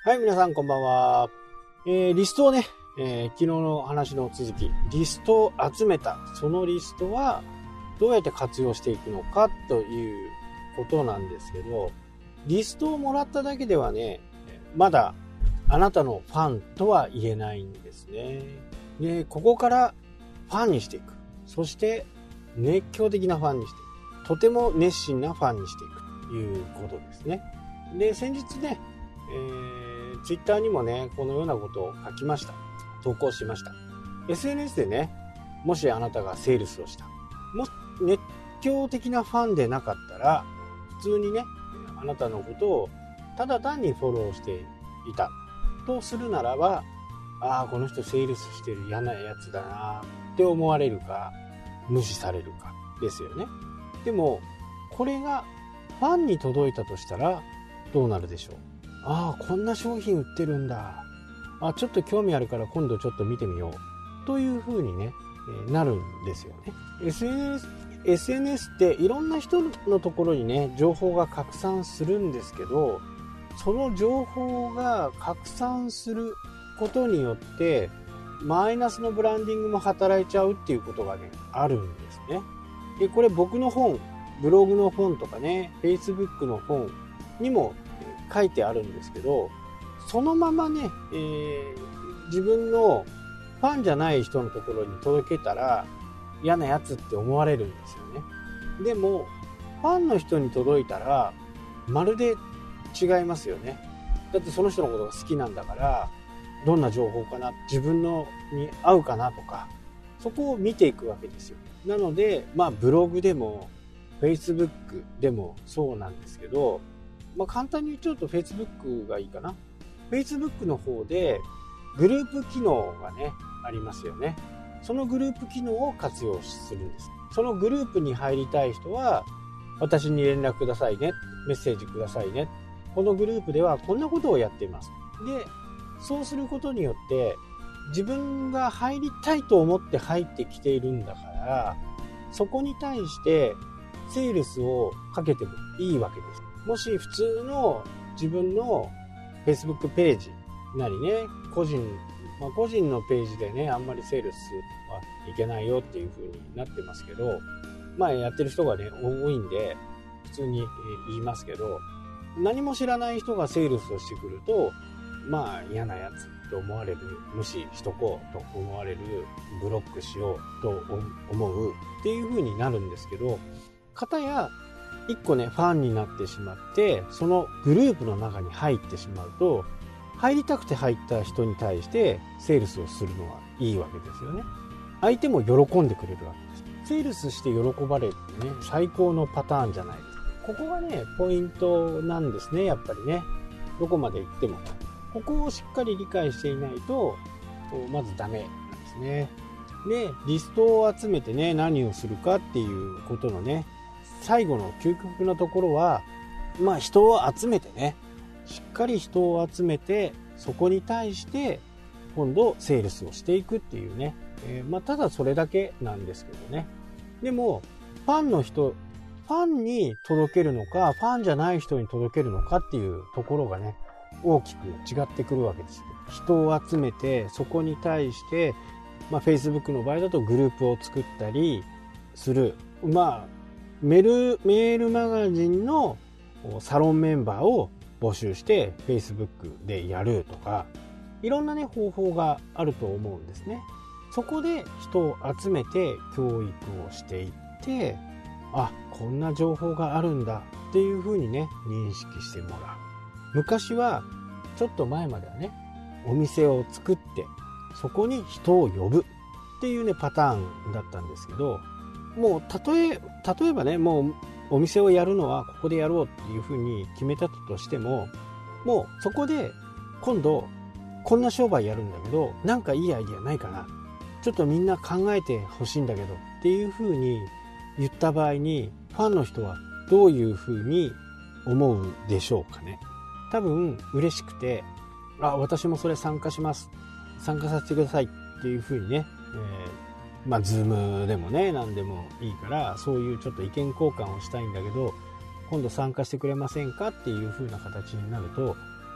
はい、皆さんこんばんは。リストをね、昨日の話の続き、リストを集めた、そのリストはどうやって活用していくのかということなんですけど、リストをもらっただけではね、まだあなたのファンとは言えないんですね。で、ここからファンにしていく。そして熱狂的なファンにしていく。とても熱心なファンにしていくということですね。で、先日ね、ツイッターにもね、このようなことを書きました。投稿しました。SNS でね、もしあなたがセールスをした。もし熱狂的なファンでなかったら、普通にね、あなたのことをただ単にフォローしていたとするならば、ああ、この人セールスしてる嫌なやつだなって思われるか、無視されるかですよね。でも、これがファンに届いたとしたらどうなるでしょう。ああ、こんな商品売ってるんだ。あ、ちょっと興味あるから今度ちょっと見てみよう。という風にね、なるんですよね。SNS っていろんな人のところにね、情報が拡散するんですけど、その情報が拡散することによって、マイナスのブランディングも働いちゃうっていうことがね、あるんですね。で、これ僕の本、ブログの本とかね、Facebook の本にも書いてあるんですけど、そのままね、自分のファンじゃない人のところに届けたら嫌なやつって思われるんですよね。でもファンの人に届いたらまるで違いますよね。だってその人のことが好きなんだから、どんな情報かな、自分のに合うかなとか、そこを見ていくわけですよ。なのでブログでも Facebook でもそうなんですけど、簡単に言っちゃうと Facebook がいいかな。Facebook の方でグループ機能がね、ありますよね。そのグループ機能を活用するんです。そのグループに入りたい人は、私に連絡くださいね。メッセージくださいね。このグループではこんなことをやっています。で、そうすることによって、自分が入りたいと思って入ってきているんだから、そこに対してセールスをかけてもいいわけです。もし普通の自分の Facebook ページなりね、個人のページでね、あんまりセールスはいけないよっていう風になってますけど、やってる人がね、多いんで、普通に言いますけど、何も知らない人がセールスをしてくると、嫌なやつと思われる、無視しとこうと思われる、ブロックしようと思うっていう風になるんですけど、片や一個ね、ファンになってしまって、そのグループの中に入ってしまうと、入りたくて入った人に対してセールスをするのはいいわけですよね。相手も喜んでくれるわけです。セールスして喜ばれるってね、最高のパターンじゃないですか。ここがね、ポイントなんですね、やっぱりね。どこまで行っても。ここをしっかり理解していないと、まずダメなんですね。で、リストを集めてね、何をするかっていうことのね、最後の究極のところは、人を集めてね、しっかり人を集めて、そこに対して今度セールスをしていくっていうね、ただそれだけなんですけどね。でもファンに届けるのか、ファンじゃない人に届けるのかっていうところがね、大きく違ってくるわけです。人を集めて、そこに対して、Facebook の場合だとグループを作ったりする。メールマガジンのサロンメンバーを募集して Facebook でやるとか、いろんなね、方法があると思うんですね。そこで人を集めて教育をしていって、こんな情報があるんだっていう風にね、認識してもらう。昔は、ちょっと前まではね、お店を作って、そこに人を呼ぶっていうね、パターンだったんですけど、もう例えばね、もうお店をやるのはここでやろうっていう風に決めたとしても、もうそこで今度こんな商売やるんだけど、なんかいいアイディアないかな、ちょっとみんな考えてほしいんだけどっていう風に言った場合に、ファンの人はどういう風に思うでしょうかね。多分嬉しくて、私もそれ参加します、参加させてくださいっていう風にね、ズームでもね、何でもいいから、そういうちょっと意見交換をしたいんだけど、今度参加してくれませんかっていう風な形になると、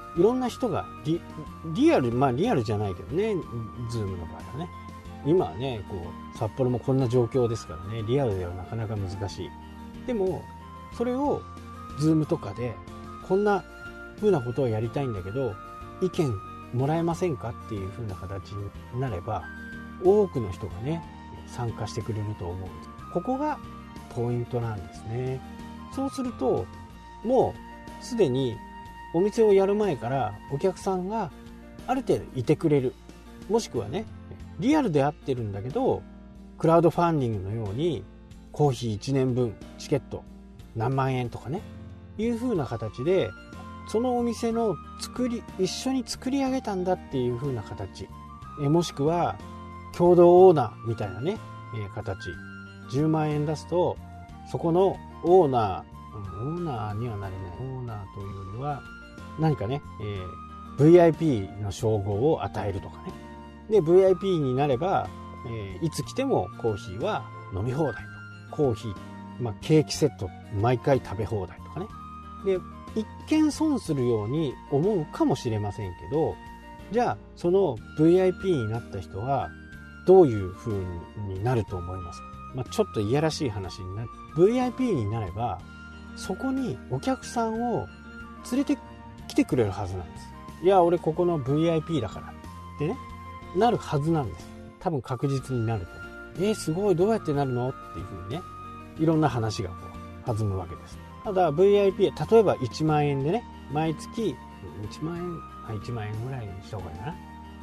いろんな人がリアル、リアルじゃないけどね、ズームの場合はね、今はねこう札幌もこんな状況ですからね、リアルではなかなか難しい。でもそれをズームとかでこんな風なことをやりたいんだけど意見もらえませんかっていう風な形になれば、多くの人がね参加してくれると思うんです。ここがポイントなんですね。そうするともうすでにお店をやる前からお客さんがある程度いてくれる、もしくはねリアルで会ってるんだけどクラウドファンディングのようにコーヒー1年分チケット何万円とかねいう風な形でそのお店の一緒に作り上げたんだっていう風な形、もしくは共同オーナーみたいなね形、10万円出すとそこのオーナーにはなれない、オーナーというよりは何かね、VIP の称号を与えるとかね。で VIP になれば、いつ来てもコーヒーは飲み放題と、コーヒー、ケーキセット毎回食べ放題とかね。で一見損するように思うかもしれませんけど、じゃあその VIP になった人はどういう風になると思いますか。ちょっといやらしい話になる。 VIP になればそこにお客さんを連れて来てくれるはずなんです。いや俺ここの VIP だからってねなるはずなんです。多分確実になると。すごい、どうやってなるのっていう風にねいろんな話がこう弾むわけです。ただ VIP 例えば1万円でね毎月1万円ぐらいにした方がいいかな。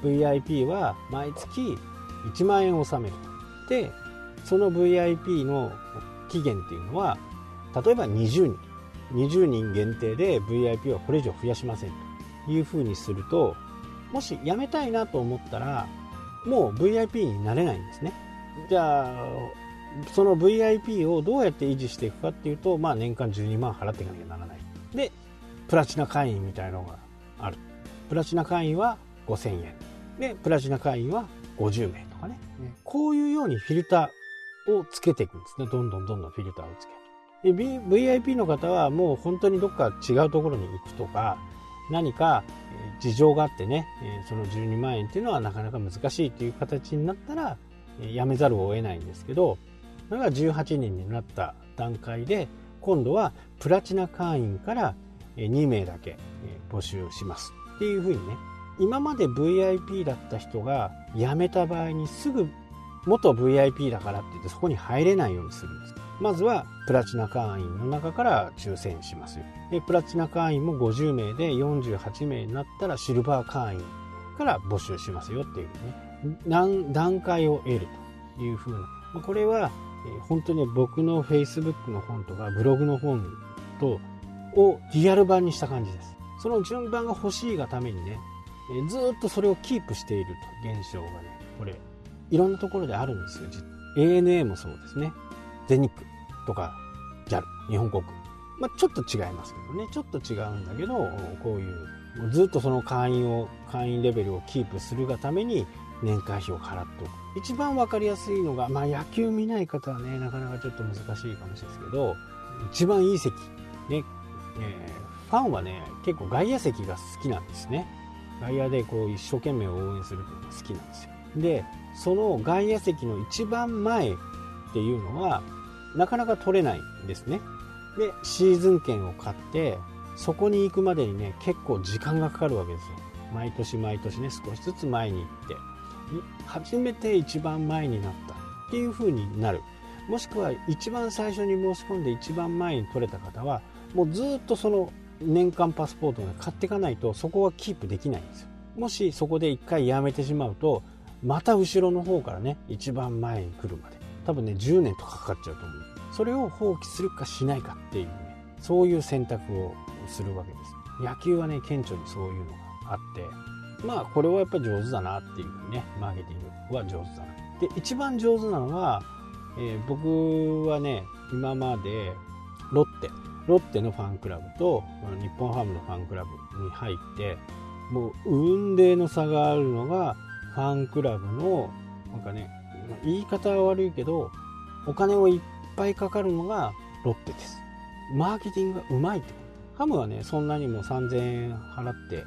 VIP は毎月1万円を納めると。でその VIP の期限っていうのは例えば20人限定で VIP はこれ以上増やしませんというふうにすると、もし辞めたいなと思ったらもう VIP になれないんですね。じゃあその VIP をどうやって維持していくかっていうと、年間12万払っていかなきゃならない。でプラチナ会員みたいなのがある。プラチナ会員は5000円でプラチナ会員は50名とかね、こういうようにフィルターをつけていくんですね。どんどんフィルターをつける。で VIP の方はもう本当にどっか違うところに行くとか何か事情があってね、その12万円っていうのはなかなか難しいという形になったらやめざるを得ないんですけど、それが18人になった段階で今度はプラチナ会員から2名だけ募集しますっていうふうにね、今まで VIP だった人が辞めた場合にすぐ元 VIP だからって言ってそこに入れないようにするんです。まずはプラチナ会員の中から抽選しますよ。でプラチナ会員も50名で48名になったらシルバー会員から募集しますよっていうね、段階を得るというふうな、これは本当に僕の Facebook の本とかブログの本とをリアル版にした感じです。その順番が欲しいがためにね、ずっとそれをキープしていると現象がね、これいろんなところであるんですよ。ANA もそうですね。全日空とか JAL 日本航空、ちょっと違いますけどね、ちょっと違うんだけど、こういうずっとその会員レベルをキープするがために年会費を払っておく。一番わかりやすいのが、野球見ない方はねなかなかちょっと難しいかもしれないですけど、一番いい席ね、ファンはね結構外野席が好きなんですね。外野でこう一生懸命応援するのが好きなんですよ。でその外野席の一番前っていうのはなかなか取れないんですね。でシーズン券を買ってそこに行くまでにね結構時間がかかるわけですよ。毎年ね少しずつ前に行って初めて一番前になったっていう風になる。もしくは一番最初に申し込んで一番前に取れた方はもうずっとその年間パスポートを買っていかないとそこはキープできないんですよ。もしそこで一回やめてしまうとまた後ろの方からね一番前に来るまで多分ね10年とかかかっちゃうと思う。それを放棄するかしないかっていうね、そういう選択をするわけです。野球はね顕著にそういうのがあって、これはやっぱり上手だなっていうふうにね、マーケティングは上手だな。で一番上手なのは、僕はね今までロッテのファンクラブと日本ハムのファンクラブに入ってもう雲泥の差があるのがファンクラブのなんかね、言い方は悪いけどお金をいっぱいかかるのがロッテです。マーケティングがうまいってこと。ハムはねそんなにも3000円払って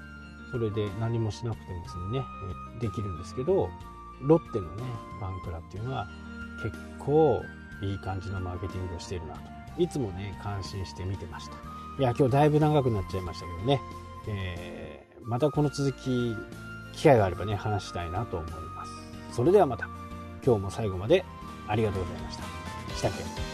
それで何もしなくてもですね、できるんですけど、ロッテのねファンクラっていうのは結構いい感じのマーケティングをしているなといつもね感心して見てました。いや、今日だいぶ長くなっちゃいましたけどね、またこの続き機会があればね話したいなと思います。それではまた。今日も最後までありがとうございました。したっけ